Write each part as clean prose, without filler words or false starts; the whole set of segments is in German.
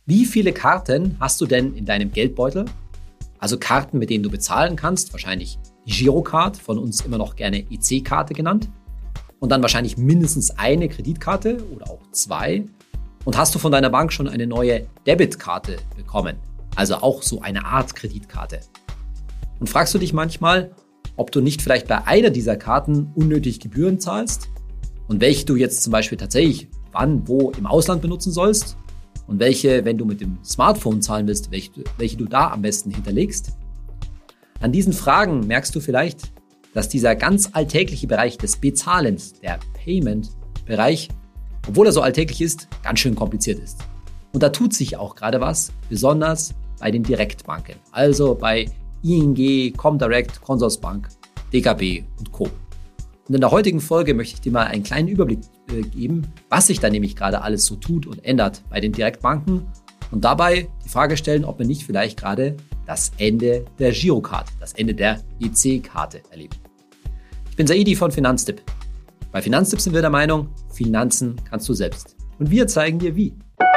Wie viele Karten hast du denn in deinem Geldbeutel? Also Karten, mit denen du bezahlen kannst, wahrscheinlich die Girocard, von uns immer noch gerne EC-Karte genannt. Und dann wahrscheinlich mindestens eine Kreditkarte oder auch zwei. Und hast du von deiner Bank schon eine neue Debitkarte bekommen? Also auch so eine Art Kreditkarte. Und fragst du dich manchmal, ob du nicht vielleicht bei einer dieser Karten unnötig Gebühren zahlst? Und welche du jetzt zum Beispiel tatsächlich wann, wo im Ausland benutzen sollst? Und welche, wenn du mit dem Smartphone zahlen willst, welche du da am besten hinterlegst? An diesen Fragen merkst du vielleicht, dass dieser ganz alltägliche Bereich des Bezahlens, der Payment-Bereich, obwohl er so alltäglich ist, ganz schön kompliziert ist. Und da tut sich auch gerade was, besonders bei den Direktbanken, also bei ING, Comdirect, Consorsbank, DKB und Co. Und in der heutigen Folge möchte ich dir mal einen kleinen Überblick geben, was sich da nämlich gerade alles so tut und ändert bei den Direktbanken und dabei die Frage stellen, ob wir nicht vielleicht gerade das Ende der Girocard, das Ende der EC-Karte erleben. Ich bin Saidi von Finanztipp. Bei Finanztipp sind wir der Meinung, Finanzen kannst du selbst. Und wir zeigen dir wie.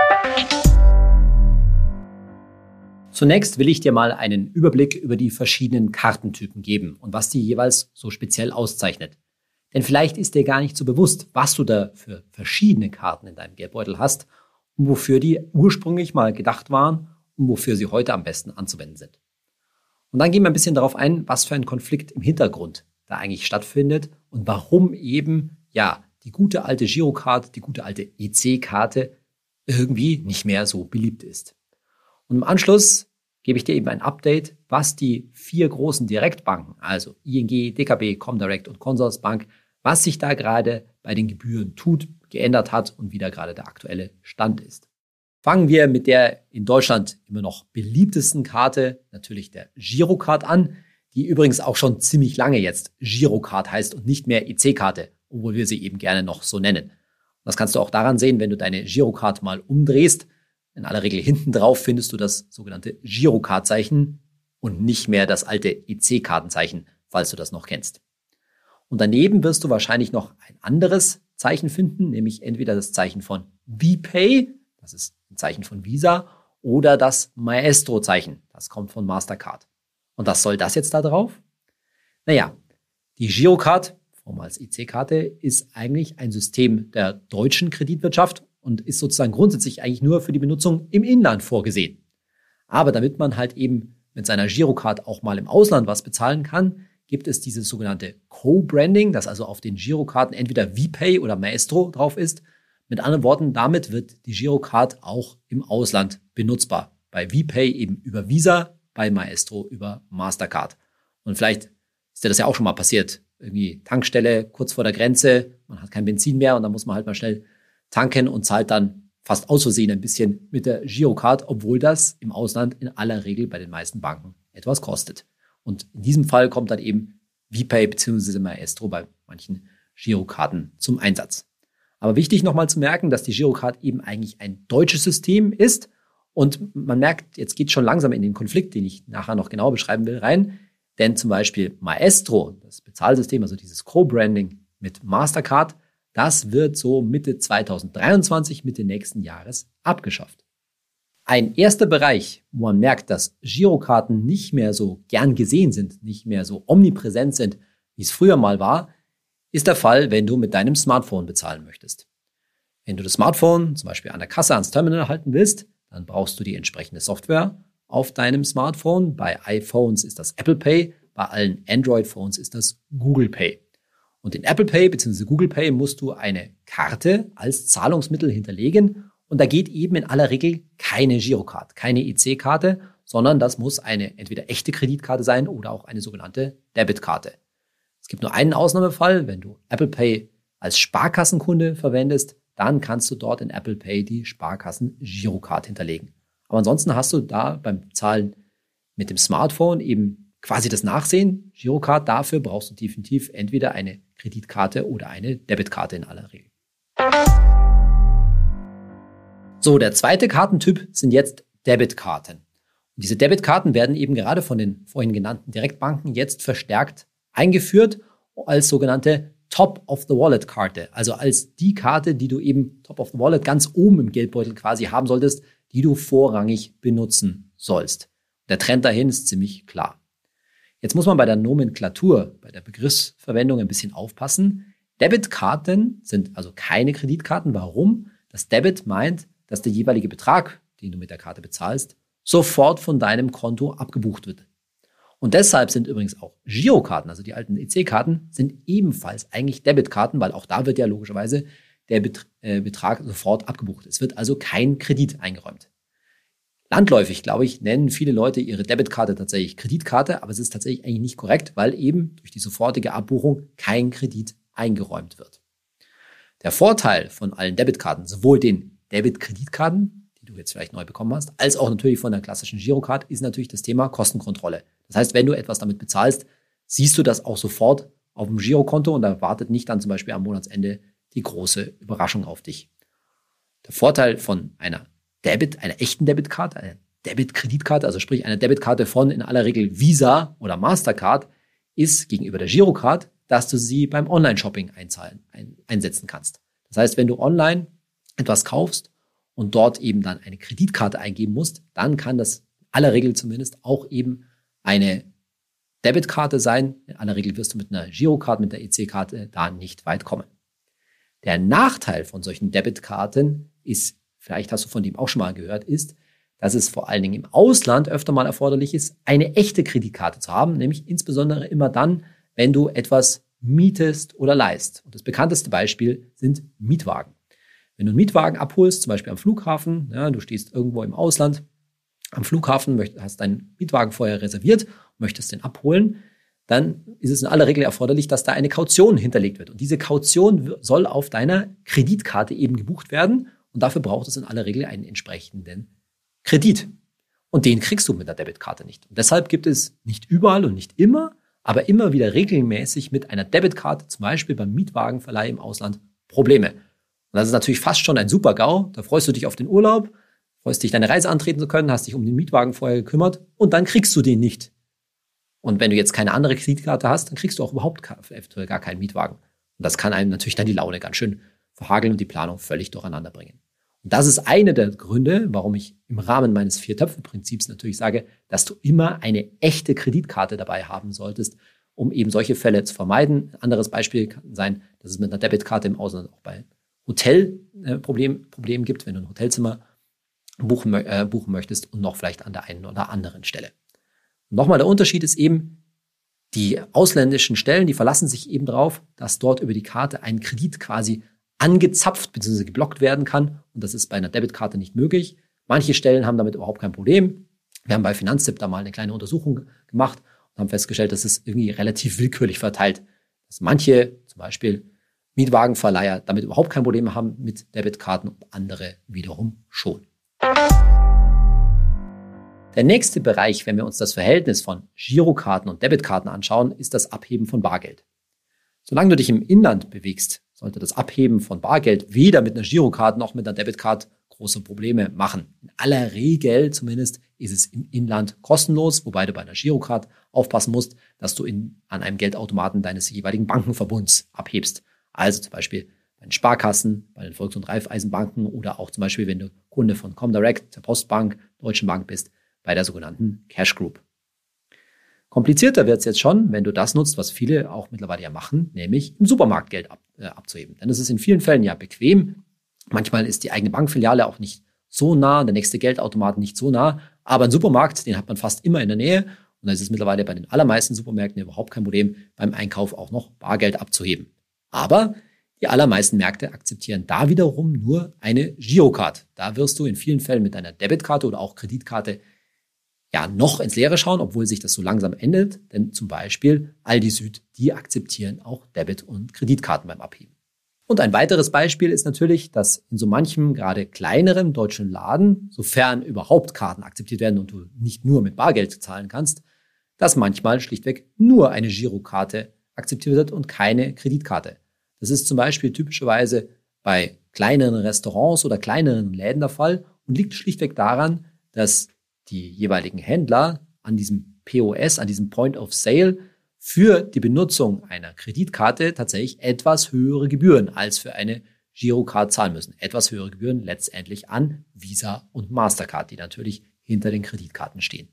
Zunächst will ich dir mal einen Überblick über die verschiedenen Kartentypen geben und was die jeweils so speziell auszeichnet. Denn vielleicht ist dir gar nicht so bewusst, was du da für verschiedene Karten in deinem Geldbeutel hast und wofür die ursprünglich mal gedacht waren und wofür sie heute am besten anzuwenden sind. Und dann gehen wir ein bisschen darauf ein, was für ein Konflikt im Hintergrund da eigentlich stattfindet und warum eben, die gute alte Girocard, die gute alte EC-Karte irgendwie nicht mehr so beliebt ist. Und im Anschluss gebe ich dir eben ein Update, was die 4 großen Direktbanken, also ING, DKB, Comdirect und Consorsbank, was sich da gerade bei den Gebühren tut, geändert hat und wie da gerade der aktuelle Stand ist. Fangen wir mit der in Deutschland immer noch beliebtesten Karte, natürlich der Girocard an, die übrigens auch schon ziemlich lange jetzt Girocard heißt und nicht mehr EC-Karte, obwohl wir sie eben gerne noch so nennen. Und das kannst du auch daran sehen, wenn du deine Girocard mal umdrehst. In aller Regel hinten drauf findest du das sogenannte Girocard-Zeichen und nicht mehr das alte EC-Kartenzeichen, falls du das noch kennst. Und daneben wirst du wahrscheinlich noch ein anderes Zeichen finden, nämlich entweder das Zeichen von VPay, das ist ein Zeichen von Visa, oder das Maestro-Zeichen, das kommt von Mastercard. Und was soll das jetzt da drauf? Die Girocard, vormals EC-Karte, ist eigentlich ein System der deutschen Kreditwirtschaft und ist sozusagen grundsätzlich eigentlich nur für die Benutzung im Inland vorgesehen. Aber damit man halt eben mit seiner Girocard auch mal im Ausland was bezahlen kann, gibt es dieses sogenannte Co-Branding, das also auf den Girokarten entweder VPay oder Maestro drauf ist. Mit anderen Worten, damit wird die Girocard auch im Ausland benutzbar. Bei VPay eben über Visa, bei Maestro über Mastercard. Und vielleicht ist dir das ja auch schon mal passiert. Irgendwie Tankstelle kurz vor der Grenze, man hat kein Benzin mehr und dann muss man halt mal schnell tanken und zahlt dann fast aus Versehen ein bisschen mit der Girocard, obwohl das im Ausland in aller Regel bei den meisten Banken etwas kostet. Und in diesem Fall kommt dann eben VPay bzw. Maestro bei manchen Girokarten zum Einsatz. Aber wichtig nochmal zu merken, dass die Girocard eben eigentlich ein deutsches System ist. Und man merkt, jetzt geht schon langsam in den Konflikt, den ich nachher noch genau beschreiben will, rein. Denn zum Beispiel Maestro, das Bezahlsystem, also dieses Co-Branding mit Mastercard, das wird so Mitte 2023, Mitte nächsten Jahres abgeschafft. Ein erster Bereich, wo man merkt, dass Girokarten nicht mehr so gern gesehen sind, nicht mehr so omnipräsent sind, wie es früher mal war, ist der Fall, wenn du mit deinem Smartphone bezahlen möchtest. Wenn du das Smartphone zum Beispiel an der Kasse ans Terminal halten willst, dann brauchst du die entsprechende Software auf deinem Smartphone. Bei iPhones ist das Apple Pay, bei allen Android-Phones ist das Google Pay. Und in Apple Pay bzw. Google Pay musst du eine Karte als Zahlungsmittel hinterlegen und da geht eben in aller Regel keine Girocard, keine EC-Karte, sondern das muss eine entweder echte Kreditkarte sein oder auch eine sogenannte Debitkarte. Es gibt nur einen Ausnahmefall, wenn du Apple Pay als Sparkassenkunde verwendest, dann kannst du dort in Apple Pay die Sparkassen-Girocard hinterlegen. Aber ansonsten hast du da beim Zahlen mit dem Smartphone eben quasi das Nachsehen. Girocard, dafür brauchst du definitiv entweder eine Kreditkarte oder eine Debitkarte in aller Regel. So, der zweite Kartentyp sind jetzt Debitkarten. Und diese Debitkarten werden eben gerade von den vorhin genannten Direktbanken jetzt verstärkt eingeführt als sogenannte Top-of-the-Wallet-Karte. Also als die Karte, die du eben Top of the Wallet ganz oben im Geldbeutel quasi haben solltest, die du vorrangig benutzen sollst. Der Trend dahin ist ziemlich klar. Jetzt muss man bei der Nomenklatur, bei der Begriffsverwendung ein bisschen aufpassen. Debitkarten sind also keine Kreditkarten. Warum? Das Debit meint, dass der jeweilige Betrag, den du mit der Karte bezahlst, sofort von deinem Konto abgebucht wird. Und deshalb sind übrigens auch Girokarten, also die alten EC-Karten, sind ebenfalls eigentlich Debitkarten, weil auch da wird ja logischerweise der Betrag sofort abgebucht. Es wird also kein Kredit eingeräumt. Landläufig, glaube ich, nennen viele Leute ihre Debitkarte tatsächlich Kreditkarte, aber es ist tatsächlich eigentlich nicht korrekt, weil eben durch die sofortige Abbuchung kein Kredit eingeräumt wird. Der Vorteil von allen Debitkarten, sowohl den Debit-Kreditkarten, die du jetzt vielleicht neu bekommen hast, als auch natürlich von der klassischen Girocard, ist natürlich das Thema Kostenkontrolle. Das heißt, wenn du etwas damit bezahlst, siehst du das auch sofort auf dem Girokonto und da wartet nicht dann zum Beispiel am Monatsende die große Überraschung auf dich. Der Vorteil von einer echten Debitkarte, einer Debit-Kreditkarte, also sprich einer Debitkarte von in aller Regel Visa oder Mastercard, ist gegenüber der Girocard, dass du sie beim Online-Shopping einsetzen kannst. Das heißt, wenn du online etwas kaufst und dort eben dann eine Kreditkarte eingeben musst, dann kann das in aller Regel zumindest auch eben eine Debitkarte sein. In aller Regel wirst du mit einer Girocard, mit der EC-Karte da nicht weit kommen. Der Nachteil von solchen Debitkarten ist, vielleicht hast du von dem auch schon mal gehört, ist, dass es vor allen Dingen im Ausland öfter mal erforderlich ist, eine echte Kreditkarte zu haben, nämlich insbesondere immer dann, wenn du etwas mietest oder leihst. Und das bekannteste Beispiel sind Mietwagen. Wenn du einen Mietwagen abholst, zum Beispiel am Flughafen, ja, du stehst irgendwo im Ausland am Flughafen, hast deinen Mietwagen vorher reserviert, möchtest den abholen, dann ist es in aller Regel erforderlich, dass da eine Kaution hinterlegt wird. Und diese Kaution soll auf deiner Kreditkarte eben gebucht werden. Und dafür braucht es in aller Regel einen entsprechenden Kredit. Und den kriegst du mit der Debitkarte nicht. Und deshalb gibt es nicht überall und nicht immer, aber immer wieder regelmäßig mit einer Debitkarte, zum Beispiel beim Mietwagenverleih im Ausland, Probleme. Und das ist natürlich fast schon ein Super-GAU. Da freust du dich auf den Urlaub, freust dich, deine Reise antreten zu können, hast dich um den Mietwagen vorher gekümmert und dann kriegst du den nicht. Und wenn du jetzt keine andere Kreditkarte hast, dann kriegst du auch überhaupt gar keinen Mietwagen. Und das kann einem natürlich dann die Laune ganz schön verhageln und die Planung völlig durcheinander bringen. Und das ist einer der Gründe, warum ich im Rahmen meines Vier-Töpfe-Prinzips natürlich sage, dass du immer eine echte Kreditkarte dabei haben solltest, um eben solche Fälle zu vermeiden. Ein anderes Beispiel kann sein, dass es mit einer Debitkarte im Ausland auch bei Hotelproblemen gibt, wenn du ein Hotelzimmer buchen möchtest und noch vielleicht an der einen oder anderen Stelle. Und nochmal, der Unterschied ist eben, die ausländischen Stellen, die verlassen sich eben darauf, dass dort über die Karte ein Kredit quasi angezapft bzw. geblockt werden kann. Und das ist bei einer Debitkarte nicht möglich. Manche Stellen haben damit überhaupt kein Problem. Wir haben bei Finanztipp da mal eine kleine Untersuchung gemacht und haben festgestellt, dass es irgendwie relativ willkürlich verteilt. Dass manche, zum Beispiel Mietwagenverleiher, damit überhaupt kein Problem haben mit Debitkarten und andere wiederum schon. Der nächste Bereich, wenn wir uns das Verhältnis von Girokarten und Debitkarten anschauen, ist das Abheben von Bargeld. Solange du dich im Inland bewegst, sollte das Abheben von Bargeld weder mit einer Girocard noch mit einer Debitcard große Probleme machen. In aller Regel zumindest ist es im Inland kostenlos, wobei du bei einer Girocard aufpassen musst, dass du an einem Geldautomaten deines jeweiligen Bankenverbunds abhebst. Also zum Beispiel bei den Sparkassen, bei den Volks- und Raiffeisenbanken oder auch zum Beispiel, wenn du Kunde von Comdirect, der Postbank, Deutschen Bank bist, bei der sogenannten Cash Group. Komplizierter wird es jetzt schon, wenn du das nutzt, was viele auch mittlerweile ja machen, nämlich im Supermarkt Geld abzuheben. Denn es ist in vielen Fällen ja bequem. Manchmal ist die eigene Bankfiliale auch nicht so nah, der nächste Geldautomat nicht so nah. Aber ein Supermarkt, den hat man fast immer in der Nähe. Und da ist es mittlerweile bei den allermeisten Supermärkten überhaupt kein Problem, beim Einkauf auch noch Bargeld abzuheben. Aber die allermeisten Märkte akzeptieren da wiederum nur eine Girocard. Da wirst du in vielen Fällen mit deiner Debitkarte oder auch Kreditkarte ja noch ins Leere schauen, obwohl sich das so langsam ändert. Denn zum Beispiel Aldi Süd, die akzeptieren auch Debit- und Kreditkarten beim Abheben. Und ein weiteres Beispiel ist natürlich, dass in so manchem, gerade kleineren deutschen Laden, sofern überhaupt Karten akzeptiert werden und du nicht nur mit Bargeld zahlen kannst, dass manchmal schlichtweg nur eine Girokarte akzeptiert wird und keine Kreditkarte. Das ist zum Beispiel typischerweise bei kleineren Restaurants oder kleineren Läden der Fall und liegt schlichtweg daran, dass die jeweiligen Händler an diesem POS, an diesem Point of Sale, für die Benutzung einer Kreditkarte tatsächlich etwas höhere Gebühren als für eine Girocard zahlen müssen. Etwas höhere Gebühren letztendlich an Visa und Mastercard, die natürlich hinter den Kreditkarten stehen.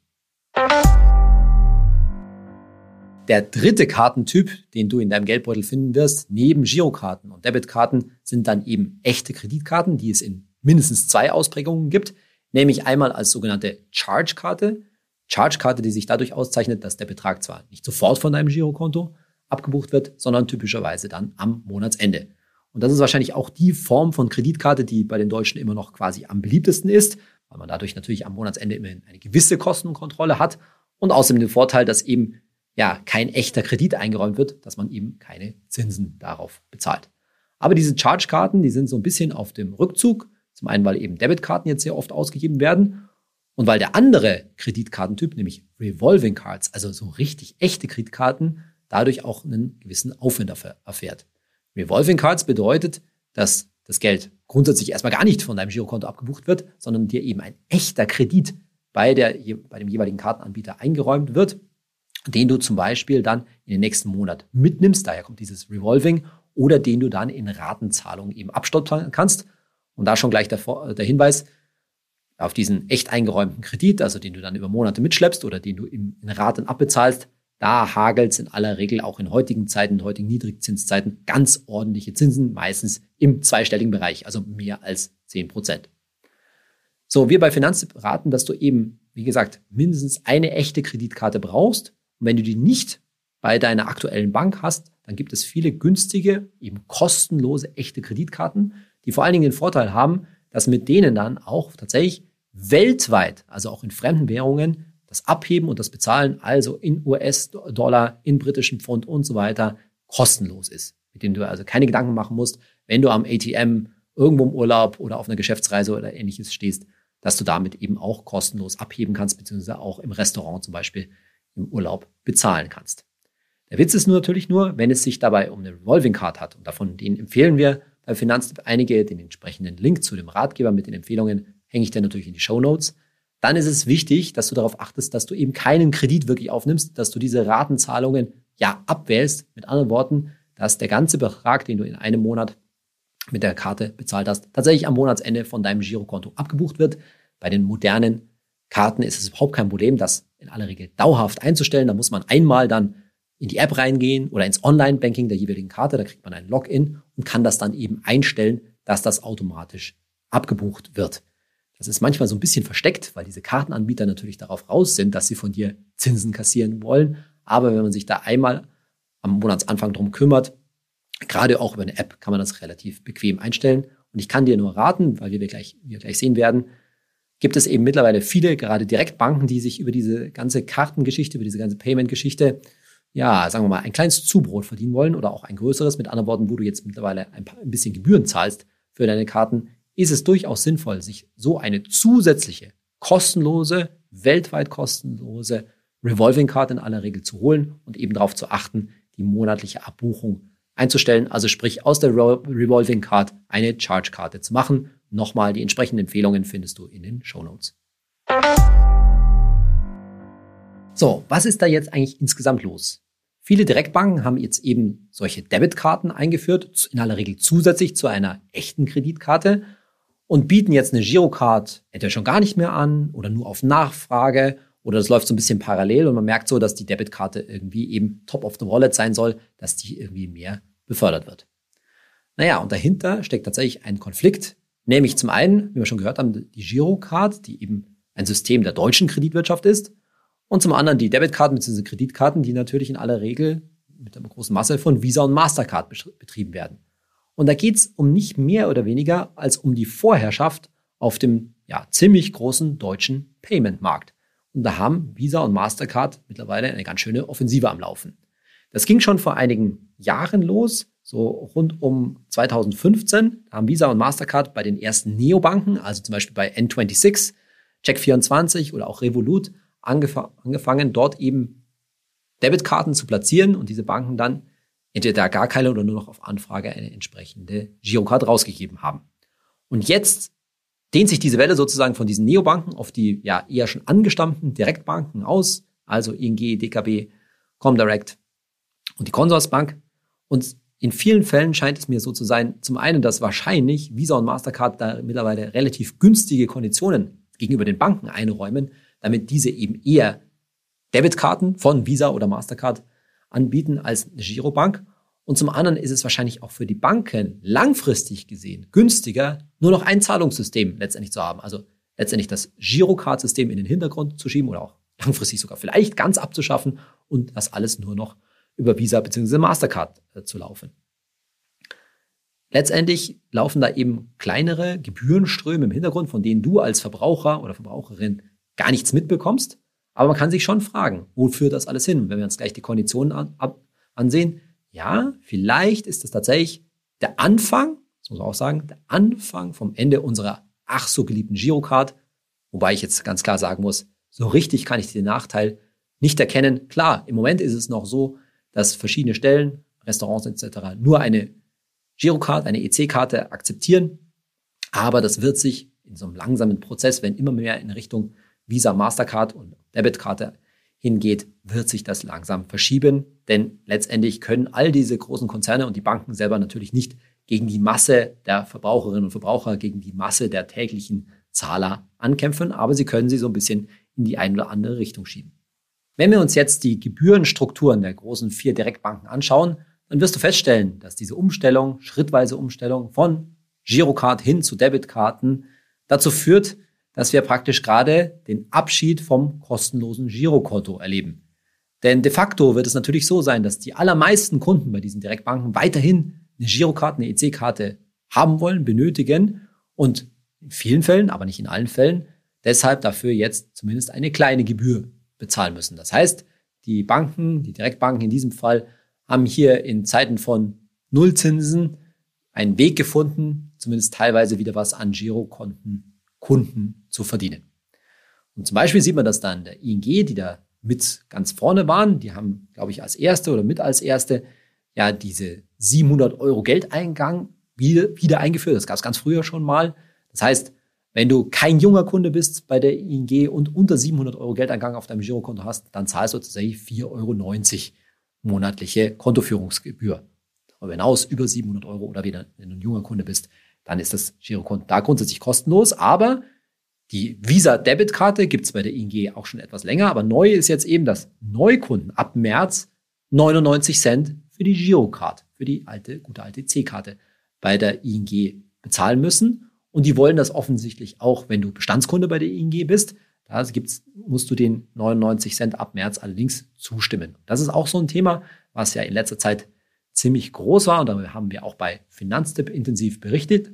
Der dritte Kartentyp, den du in deinem Geldbeutel finden wirst, neben Girokarten und Debitkarten, sind dann eben echte Kreditkarten, die es in mindestens 2 Ausprägungen gibt, nämlich einmal als sogenannte Charge-Karte, die sich dadurch auszeichnet, dass der Betrag zwar nicht sofort von deinem Girokonto abgebucht wird, sondern typischerweise dann am Monatsende. Und das ist wahrscheinlich auch die Form von Kreditkarte, die bei den Deutschen immer noch quasi am beliebtesten ist, weil man dadurch natürlich am Monatsende immerhin eine gewisse Kostenkontrolle hat und außerdem den Vorteil, dass eben kein echter Kredit eingeräumt wird, dass man eben keine Zinsen darauf bezahlt. Aber diese Charge-Karten, die sind so ein bisschen auf dem Rückzug. Zum einen, weil eben Debitkarten jetzt sehr oft ausgegeben werden und weil der andere Kreditkartentyp, nämlich Revolving Cards, also so richtig echte Kreditkarten, dadurch auch einen gewissen Aufwand erfährt. Revolving Cards bedeutet, dass das Geld grundsätzlich erstmal gar nicht von deinem Girokonto abgebucht wird, sondern dir eben ein echter Kredit bei dem jeweiligen Kartenanbieter eingeräumt wird, den du zum Beispiel dann in den nächsten Monat mitnimmst, daher kommt dieses Revolving, oder den du dann in Ratenzahlungen eben abstottern kannst. Und da schon gleich der Hinweis auf diesen echt eingeräumten Kredit, also den du dann über Monate mitschleppst oder den du in Raten abbezahlst, da hagelt es in aller Regel auch in heutigen Zeiten, in heutigen Niedrigzinszeiten ganz ordentliche Zinsen, meistens im zweistelligen Bereich, also mehr als 10%. So, wir bei Finanztipp raten, dass du eben, wie gesagt, mindestens eine echte Kreditkarte brauchst. Und wenn du die nicht bei deiner aktuellen Bank hast, dann gibt es viele günstige, eben kostenlose, echte Kreditkarten, die vor allen Dingen den Vorteil haben, dass mit denen dann auch tatsächlich weltweit, also auch in fremden Währungen, das Abheben und das Bezahlen, also in US-Dollar, in britischen Pfund und so weiter, kostenlos ist. Mit denen du also keine Gedanken machen musst, wenn du am ATM irgendwo im Urlaub oder auf einer Geschäftsreise oder ähnliches stehst, dass du damit eben auch kostenlos abheben kannst, beziehungsweise auch im Restaurant zum Beispiel im Urlaub bezahlen kannst. Der Witz ist natürlich nur, wenn es sich dabei um eine Revolving Card hat, und den empfehlen wir bei Finanztipp einige, den entsprechenden Link zu dem Ratgeber mit den Empfehlungen hänge ich dir natürlich in die Shownotes, dann ist es wichtig, dass du darauf achtest, dass du eben keinen Kredit wirklich aufnimmst, dass du diese Ratenzahlungen abwählst. Mit anderen Worten, dass der ganze Betrag, den du in einem Monat mit der Karte bezahlt hast, tatsächlich am Monatsende von deinem Girokonto abgebucht wird. Bei den modernen Karten ist es überhaupt kein Problem, das in aller Regel dauerhaft einzustellen. Da muss man einmal dann in die App reingehen oder ins Online-Banking der jeweiligen Karte. Da kriegt man ein Login und kann das dann eben einstellen, dass das automatisch abgebucht wird. Das ist manchmal so ein bisschen versteckt, weil diese Kartenanbieter natürlich darauf raus sind, dass sie von dir Zinsen kassieren wollen. Aber wenn man sich da einmal am Monatsanfang drum kümmert, gerade auch über eine App, kann man das relativ bequem einstellen. Und ich kann dir nur raten, weil wir gleich sehen werden, gibt es eben mittlerweile viele, gerade Direktbanken, die sich über diese ganze Kartengeschichte, über diese ganze Payment-Geschichte, sagen wir mal, ein kleines Zubrot verdienen wollen oder auch ein größeres. Mit anderen Worten, wo du jetzt mittlerweile ein bisschen Gebühren zahlst für deine Karten, ist es durchaus sinnvoll, sich so eine zusätzliche, kostenlose, weltweit kostenlose Revolving Card in aller Regel zu holen und eben darauf zu achten, die monatliche Abbuchung einzustellen. Also sprich, aus der Revolving Card eine Charge-Karte zu machen. Nochmal, die entsprechenden Empfehlungen findest du in den Shownotes. So, was ist da jetzt eigentlich insgesamt los? Viele Direktbanken haben jetzt eben solche Debitkarten eingeführt, in aller Regel zusätzlich zu einer echten Kreditkarte und bieten jetzt eine Girocard entweder schon gar nicht mehr an oder nur auf Nachfrage oder das läuft so ein bisschen parallel und man merkt so, dass die Debitkarte irgendwie eben top of the wallet sein soll, dass die irgendwie mehr befördert wird. Und dahinter steckt tatsächlich ein Konflikt, nämlich zum einen, wie wir schon gehört haben, die Girocard, die eben ein System der deutschen Kreditwirtschaft ist, und zum anderen die Debitkarten bzw. Kreditkarten, die natürlich in aller Regel mit einer großen Masse von Visa und Mastercard betrieben werden. Und da geht es um nicht mehr oder weniger als um die Vorherrschaft auf dem ziemlich großen deutschen Payment-Markt. Und da haben Visa und Mastercard mittlerweile eine ganz schöne Offensive am Laufen. Das ging schon vor einigen Jahren los, so rund um 2015. Da haben Visa und Mastercard bei den ersten Neobanken, also zum Beispiel bei N26, Check24 oder auch Revolut, angefangen, dort eben Debitkarten zu platzieren und diese Banken dann entweder gar keine oder nur noch auf Anfrage eine entsprechende Girocard rausgegeben haben. Und jetzt dehnt sich diese Welle sozusagen von diesen Neobanken auf die eher schon angestammten Direktbanken aus, also ING, DKB, Comdirect und die Consorsbank. Und In vielen Fällen scheint es mir so zu sein, zum einen, dass wahrscheinlich Visa und Mastercard da mittlerweile relativ günstige Konditionen gegenüber den Banken einräumen, damit diese eben eher Debitkarten von Visa oder Mastercard anbieten als eine Girobank. Und zum anderen ist es wahrscheinlich auch für die Banken langfristig gesehen günstiger, nur noch ein Zahlungssystem letztendlich zu haben. Also letztendlich das Girocard-System in den Hintergrund zu schieben oder auch langfristig sogar vielleicht ganz abzuschaffen und das alles nur noch über Visa bzw. Mastercard zu laufen. Letztendlich laufen da eben kleinere Gebührenströme im Hintergrund, von denen du als Verbraucher oder Verbraucherin gar nichts mitbekommst. Aber man kann sich schon fragen, wo führt das alles hin? Wenn wir uns gleich die Konditionen ansehen, ja, vielleicht ist das tatsächlich der Anfang, das muss man auch sagen, der Anfang vom Ende unserer ach so geliebten Girocard. Wobei ich jetzt ganz klar sagen muss, so richtig kann ich den Nachteil nicht erkennen. Klar, im Moment ist es noch so, dass verschiedene Stellen, Restaurants etc. nur eine Girocard, eine EC-Karte akzeptieren. Aber das wird sich in so einem langsamen Prozess, wenn immer mehr in Richtung Visa, Mastercard und Debitkarte hingeht, wird sich das langsam verschieben. Denn letztendlich können all diese großen Konzerne und die Banken selber natürlich nicht gegen die Masse der Verbraucherinnen und Verbraucher, gegen die Masse der täglichen Zahler ankämpfen. Aber sie können sie so ein bisschen in die eine oder andere Richtung schieben. Wenn wir uns jetzt die Gebührenstrukturen der großen 4 Direktbanken anschauen, dann wirst du feststellen, dass diese Umstellung, schrittweise Umstellung von Girocard hin zu Debitkarten dazu führt, dass wir praktisch gerade den Abschied vom kostenlosen Girokonto erleben. Denn de facto wird es natürlich so sein, dass die allermeisten Kunden bei diesen Direktbanken weiterhin eine Girocard, eine EC-Karte haben wollen, benötigen und in vielen Fällen, aber nicht in allen Fällen, deshalb dafür jetzt zumindest eine kleine Gebühr bezahlen müssen. Das heißt, die Banken, die Direktbanken in diesem Fall, haben hier in Zeiten von Nullzinsen einen Weg gefunden, zumindest teilweise wieder was an Girokonten Kunden zu verdienen. Und zum Beispiel sieht man das dann der ING, die da mit ganz vorne waren. Die haben, glaube ich, als erste oder mit als erste ja diese 700 € Geldeingang wieder eingeführt. Das gab es ganz früher schon mal. Das heißt, wenn du kein junger Kunde bist bei der ING und unter 700 € Geldeingang auf deinem Girokonto hast, dann zahlst du tatsächlich 4,90 € monatliche Kontoführungsgebühr. Darüber hinaus über 700 € oder wieder, wenn du ein junger Kunde bist, dann ist das Girokonto da grundsätzlich kostenlos. Aber die Visa-Debitkarte gibt es bei der ING auch schon etwas länger. Aber neu ist jetzt eben, dass Neukunden ab März 99 Cent für die Girocard, für die gute alte C-Karte bei der ING bezahlen müssen. Und die wollen das offensichtlich auch, wenn du Bestandskunde bei der ING bist. Da musst du den 99 Cent ab März allerdings zustimmen. Das ist auch so ein Thema, was ja in letzter Zeit ziemlich groß war. Und darüber haben wir auch bei Finanztipp intensiv berichtet,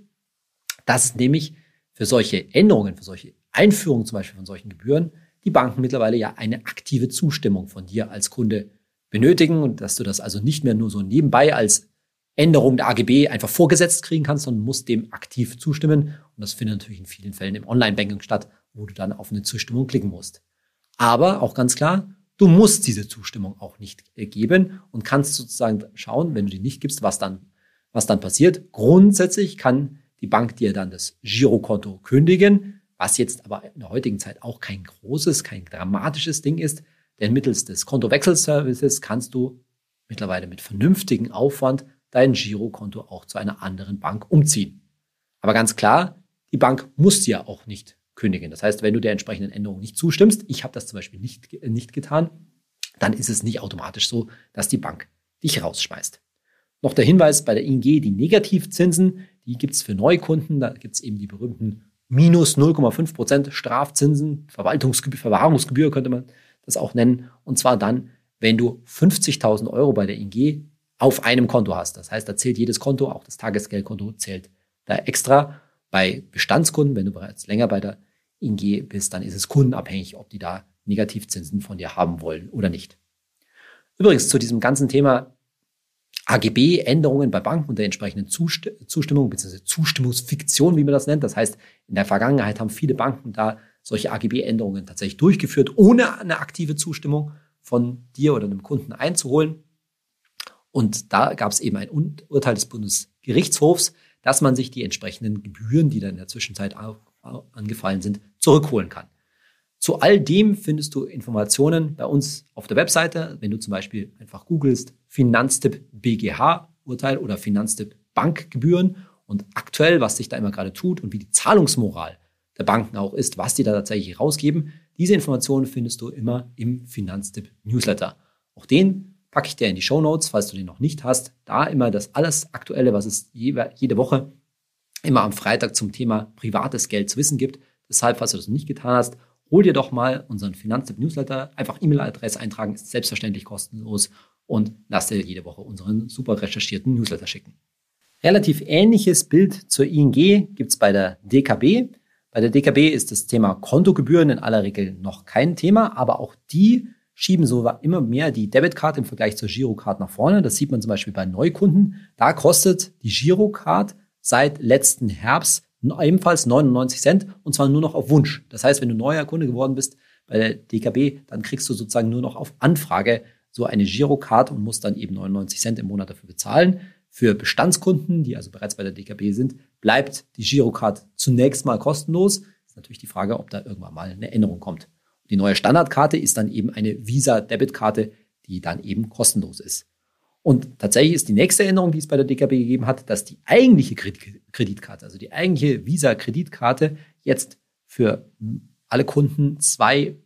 dass nämlich für solche Änderungen, für solche Einführungen zum Beispiel von solchen Gebühren, die Banken mittlerweile ja eine aktive Zustimmung von dir als Kunde benötigen und dass du das also nicht mehr nur so nebenbei als Änderung der AGB einfach vorgesetzt kriegen kannst, sondern musst dem aktiv zustimmen. Und das findet natürlich in vielen Fällen im Online-Banking statt, wo du dann auf eine Zustimmung klicken musst. Aber auch ganz klar, du musst diese Zustimmung auch nicht geben und kannst sozusagen schauen, wenn du die nicht gibst, was dann passiert. Grundsätzlich kann die Bank dir dann das Girokonto kündigen, was jetzt aber in der heutigen Zeit auch kein dramatisches Ding ist, denn mittels des Kontowechselservices kannst du mittlerweile mit vernünftigem Aufwand dein Girokonto auch zu einer anderen Bank umziehen. Aber ganz klar, die Bank muss dir auch nicht kündigen. Das heißt, wenn du der entsprechenden Änderung nicht zustimmst, ich habe das zum Beispiel nicht getan, dann ist es nicht automatisch so, dass die Bank dich rausschmeißt. Noch der Hinweis bei der ING, die Negativzinsen, die gibt es für Neukunden, da gibt es eben die berühmten minus 0,5% Strafzinsen, Verwahrungsgebühr könnte man das auch nennen, und zwar dann, wenn du 50.000 € bei der ING auf einem Konto hast. Das heißt, da zählt jedes Konto, auch das Tagesgeldkonto zählt da extra. Bei Bestandskunden, wenn du bereits länger bei der ING bist, dann ist es kundenabhängig, ob die da Negativzinsen von dir haben wollen oder nicht. Übrigens zu diesem ganzen Thema AGB-Änderungen bei Banken und der entsprechenden Zustimmung bzw. Zustimmungsfiktion, wie man das nennt. Das heißt, in der Vergangenheit haben viele Banken da solche AGB-Änderungen tatsächlich durchgeführt, ohne eine aktive Zustimmung von dir oder einem Kunden einzuholen. Und da gab es eben ein Urteil des Bundesgerichtshofs, dass man sich die entsprechenden Gebühren, die dann in der Zwischenzeit angefallen sind, zurückholen kann. Zu all dem findest du Informationen bei uns auf der Webseite. Wenn du zum Beispiel einfach googelst Finanztipp BGH Urteil oder Finanztipp Bankgebühren und aktuell, was sich da immer gerade tut und wie die Zahlungsmoral der Banken auch ist, was die da tatsächlich rausgeben. Diese Informationen findest du immer im Finanztipp Newsletter. Auch den packe ich dir in die Shownotes, falls du den noch nicht hast. Da immer das alles Aktuelle, was es jede Woche immer am Freitag zum Thema privates Geld zu wissen gibt. Deshalb, falls du das noch nicht getan hast, hol dir doch mal unseren Finanztipp-Newsletter. Einfach E-Mail-Adresse eintragen, ist selbstverständlich kostenlos und lass dir jede Woche unseren super recherchierten Newsletter schicken. Relativ ähnliches Bild zur ING gibt es bei der DKB. Bei der DKB ist das Thema Kontogebühren in aller Regel noch kein Thema, aber auch die schieben so immer mehr die Debitcard im Vergleich zur Girocard nach vorne. Das sieht man zum Beispiel bei Neukunden. Da kostet die Girocard seit letzten Herbst ebenfalls 99 Cent und zwar nur noch auf Wunsch. Das heißt, wenn du neuer Kunde geworden bist bei der DKB, dann kriegst du sozusagen nur noch auf Anfrage so eine Girocard und musst dann eben 99 Cent im Monat dafür bezahlen. Für Bestandskunden, die also bereits bei der DKB sind, bleibt die Girocard zunächst mal kostenlos. Ist natürlich die Frage, ob da irgendwann mal eine Änderung kommt. Die neue Standardkarte ist dann eben eine Visa-Debitkarte, die dann eben kostenlos ist. Und tatsächlich ist die nächste Änderung, die es bei der DKB gegeben hat, dass die eigentliche Kreditkarte, also die eigentliche Visa-Kreditkarte jetzt für alle Kunden 2,50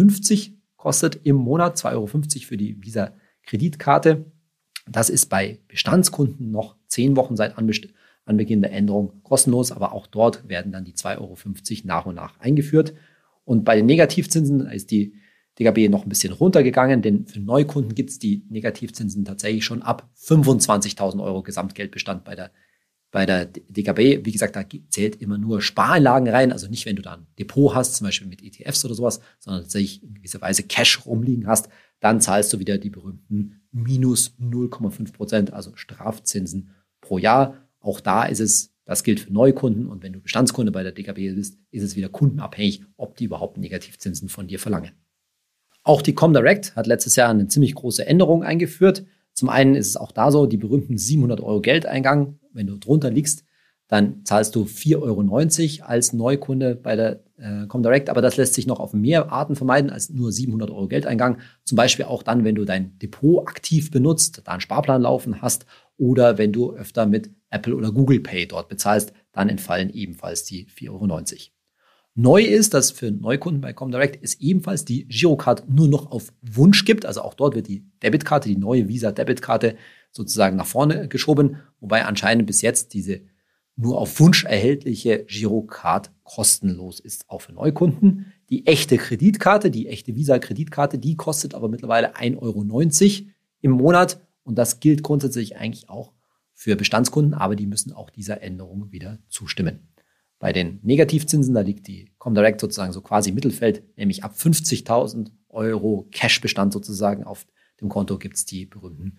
€ kostet im Monat, 2,50 € für die Visa-Kreditkarte. Das ist bei Bestandskunden noch 10 Wochen seit Anbeginn der Änderung kostenlos, aber auch dort werden dann die 2,50 € nach und nach eingeführt. Und bei den Negativzinsen ist die DKB noch ein bisschen runtergegangen, denn für Neukunden gibt es die Negativzinsen tatsächlich schon ab 25.000 € Gesamtgeldbestand bei der DKB. Wie gesagt, da zählt immer nur Spareinlagen rein, also nicht, wenn du da ein Depot hast, zum Beispiel mit ETFs oder sowas, sondern tatsächlich in gewisser Weise Cash rumliegen hast, dann zahlst du wieder die berühmten minus 0,5%, also Strafzinsen pro Jahr. Auch da ist es, das gilt für Neukunden und wenn du Bestandskunde bei der DKB bist, ist es wieder kundenabhängig, ob die überhaupt Negativzinsen von dir verlangen. Auch die Comdirect hat letztes Jahr eine ziemlich große Änderung eingeführt. Zum einen ist es auch da so, die berühmten 700 € Geldeingang. Wenn du drunter liegst, dann zahlst du 4,90 € als Neukunde bei der Comdirect. Aber das lässt sich noch auf mehr Arten vermeiden als nur 700 € Geldeingang. Zum Beispiel auch dann, wenn du dein Depot aktiv benutzt, da einen Sparplan laufen hast oder wenn du öfter mit Apple oder Google Pay dort bezahlst, dann entfallen ebenfalls die 4,90 €. Neu ist, dass für Neukunden bei Comdirect es ebenfalls die Girocard nur noch auf Wunsch gibt. Also auch dort wird die Debitkarte, die neue Visa-Debitkarte sozusagen nach vorne geschoben, wobei anscheinend bis jetzt diese nur auf Wunsch erhältliche Girocard kostenlos ist, auch für Neukunden. Die echte Kreditkarte, die echte Visa-Kreditkarte, die kostet aber mittlerweile 1,90 € im Monat und das gilt grundsätzlich eigentlich auch für Bestandskunden, aber die müssen auch dieser Änderung wieder zustimmen. Bei den Negativzinsen, da liegt die Comdirect sozusagen so quasi im Mittelfeld, nämlich ab 50.000 € Cashbestand sozusagen auf dem Konto gibt es die berühmten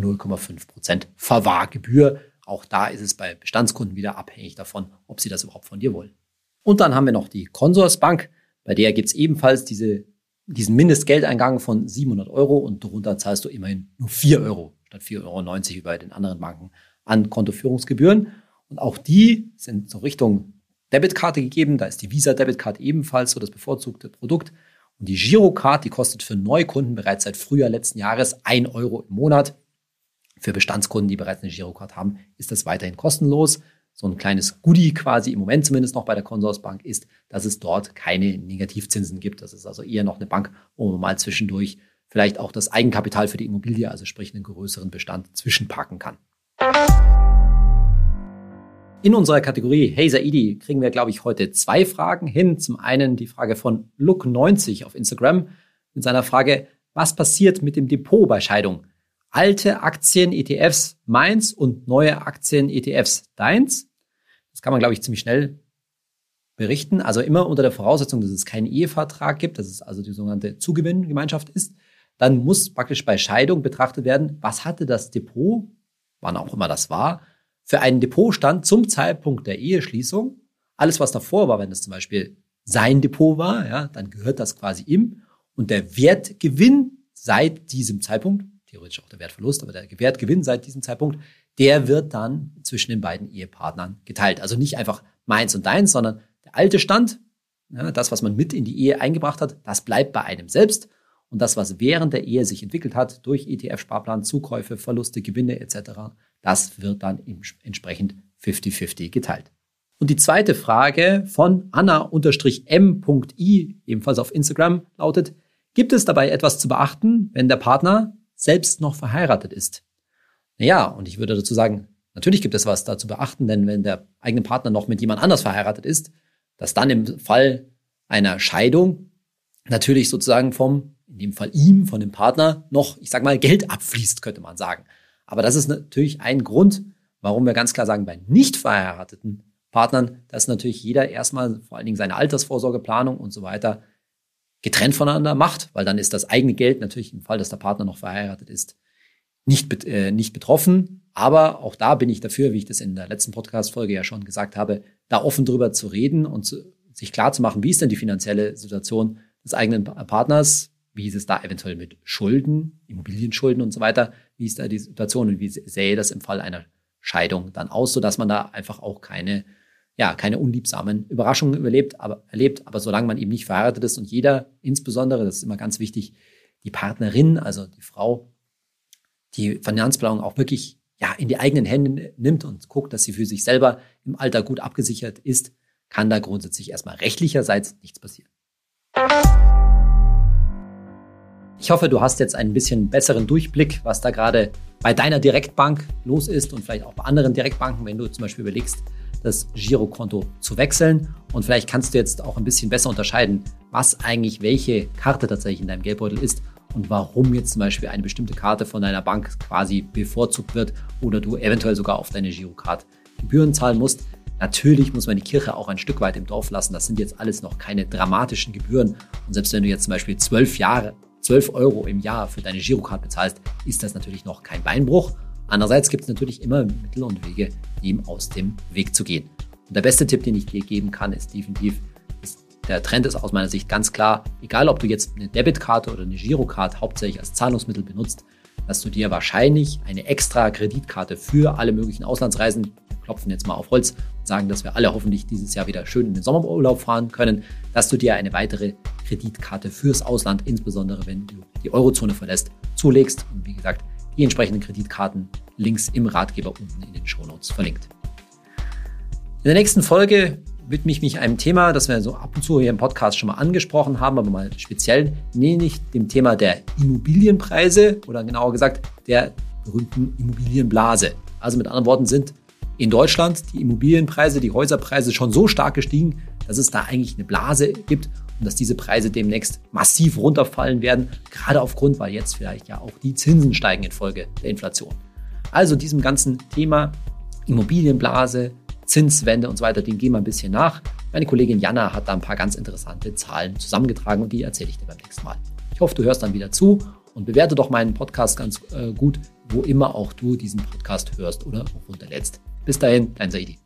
0,5% Verwahrgebühr. Auch da ist es bei Bestandskunden wieder abhängig davon, ob sie das überhaupt von dir wollen. Und dann haben wir noch die Consorsbank, bei der gibt es ebenfalls diesen Mindestgeldeingang von 700 € und darunter zahlst du immerhin nur 4 € statt 4,90 € wie bei den anderen Banken an Kontoführungsgebühren. Und auch die sind so Richtung Debitkarte gegeben, da ist die Visa-Debitkarte ebenfalls so das bevorzugte Produkt. Und die Girocard, die kostet für Neukunden bereits seit Frühjahr letzten Jahres 1 € im Monat. Für Bestandskunden, die bereits eine Girocard haben, ist das weiterhin kostenlos. So ein kleines Goodie quasi im Moment zumindest noch bei der Consorsbank ist, dass es dort keine Negativzinsen gibt. Das ist also eher noch eine Bank, wo man mal zwischendurch vielleicht auch das Eigenkapital für die Immobilie, also sprich einen größeren Bestand, zwischenparken kann. In unserer Kategorie Hey Saidi kriegen wir, glaube ich, heute 2 Fragen hin. Zum einen die Frage von Look90 auf Instagram mit seiner Frage, was passiert mit dem Depot bei Scheidung? Alte Aktien-ETFs meins und neue Aktien-ETFs deins? Das kann man, glaube ich, ziemlich schnell berichten. Also immer unter der Voraussetzung, dass es keinen Ehevertrag gibt, dass es also die sogenannte Zugewinngemeinschaft ist. Dann muss praktisch bei Scheidung betrachtet werden, was hatte das Depot, wann auch immer das war, für einen Depotstand zum Zeitpunkt der Eheschließung. Alles, was davor war, wenn das zum Beispiel sein Depot war, ja, dann gehört das quasi ihm. Und der Wertgewinn seit diesem Zeitpunkt, theoretisch auch der Wertverlust, aber der Wertgewinn seit diesem Zeitpunkt, der wird dann zwischen den beiden Ehepartnern geteilt. Also nicht einfach meins und deins, sondern der alte Stand, ja, das, was man mit in die Ehe eingebracht hat, das bleibt bei einem selbst. und das, was während der Ehe sich entwickelt hat, durch ETF-Sparplan, Zukäufe, Verluste, Gewinne etc., das wird dann entsprechend 50-50 geteilt. Und die zweite Frage von Anna-M.I, ebenfalls auf Instagram, lautet: Gibt es dabei etwas zu beachten, wenn der Partner selbst noch verheiratet ist? Naja, und ich würde dazu sagen, natürlich gibt es was da zu beachten, denn wenn der eigene Partner noch mit jemand anders verheiratet ist, dass dann im Fall einer Scheidung natürlich sozusagen in dem Fall ihm, von dem Partner, noch, ich sage mal, Geld abfließt, könnte man sagen. Aber das ist natürlich ein Grund, warum wir ganz klar sagen, bei nicht verheirateten Partnern, dass natürlich jeder erstmal vor allen Dingen seine Altersvorsorgeplanung und so weiter getrennt voneinander macht, weil dann ist das eigene Geld natürlich im Fall, dass der Partner noch verheiratet ist, nicht betroffen. Aber auch da bin ich dafür, wie ich das in der letzten Podcast-Folge ja schon gesagt habe, da offen drüber zu reden und sich klar zu machen, wie ist denn die finanzielle Situation des eigenen Partners, wie ist es da eventuell mit Schulden, Immobilienschulden und so weiter, wie ist da die Situation und wie sähe das im Fall einer Scheidung dann aus, sodass man da einfach auch keine unliebsamen Überraschungen erlebt. Aber solange man eben nicht verheiratet ist und jeder, insbesondere, das ist immer ganz wichtig, die Partnerin, also die Frau, die Finanzplanung auch wirklich in die eigenen Hände nimmt und guckt, dass sie für sich selber im Alter gut abgesichert ist, kann da grundsätzlich erstmal rechtlicherseits nichts passieren. Ich hoffe, du hast jetzt einen bisschen besseren Durchblick, was da gerade bei deiner Direktbank los ist und vielleicht auch bei anderen Direktbanken, wenn du zum Beispiel überlegst, das Girokonto zu wechseln. Und vielleicht kannst du jetzt auch ein bisschen besser unterscheiden, was eigentlich welche Karte tatsächlich in deinem Geldbeutel ist und warum jetzt zum Beispiel eine bestimmte Karte von deiner Bank quasi bevorzugt wird oder du eventuell sogar auf deine Girocard Gebühren zahlen musst. Natürlich muss man die Kirche auch ein Stück weit im Dorf lassen. Das sind jetzt alles noch keine dramatischen Gebühren. Und selbst wenn du jetzt zum Beispiel 12 Euro im Jahr für deine Girocard bezahlst, ist das natürlich noch kein Beinbruch. Andererseits gibt es natürlich immer Mittel und Wege, dem aus dem Weg zu gehen. Und der beste Tipp, den ich dir geben kann, ist definitiv, der Trend ist aus meiner Sicht ganz klar, egal ob du jetzt eine Debitkarte oder eine Girocard hauptsächlich als Zahlungsmittel benutzt, dass du dir wahrscheinlich eine extra Kreditkarte für alle möglichen Auslandsreisen, wir klopfen jetzt mal auf Holz und sagen, dass wir alle hoffentlich dieses Jahr wieder schön in den Sommerurlaub fahren können, dass du dir eine weitere Kreditkarte fürs Ausland, insbesondere wenn du die Eurozone verlässt, zulegst. Und wie gesagt, die entsprechenden Kreditkarten links im Ratgeber unten in den Shownotes verlinkt. In der nächsten Folge widme ich mich einem Thema, das wir so ab und zu hier im Podcast schon mal angesprochen haben, aber mal speziell, nämlich dem Thema der Immobilienpreise oder genauer gesagt der berühmten Immobilienblase. Also mit anderen Worten sind in Deutschland die Immobilienpreise, die Häuserpreise schon so stark gestiegen, dass es da eigentlich eine Blase gibt und dass diese Preise demnächst massiv runterfallen werden, gerade aufgrund, weil jetzt vielleicht ja auch die Zinsen steigen infolge der Inflation. Also diesem ganzen Thema Immobilienblase, Zinswende und so weiter, den gehen wir ein bisschen nach. Meine Kollegin Jana hat da ein paar ganz interessante Zahlen zusammengetragen und die erzähle ich dir beim nächsten Mal. Ich hoffe, du hörst dann wieder zu und bewerte doch meinen Podcast ganz gut, wo immer auch du diesen Podcast hörst oder auch runterlädst. Bis dahin, dein Saidi.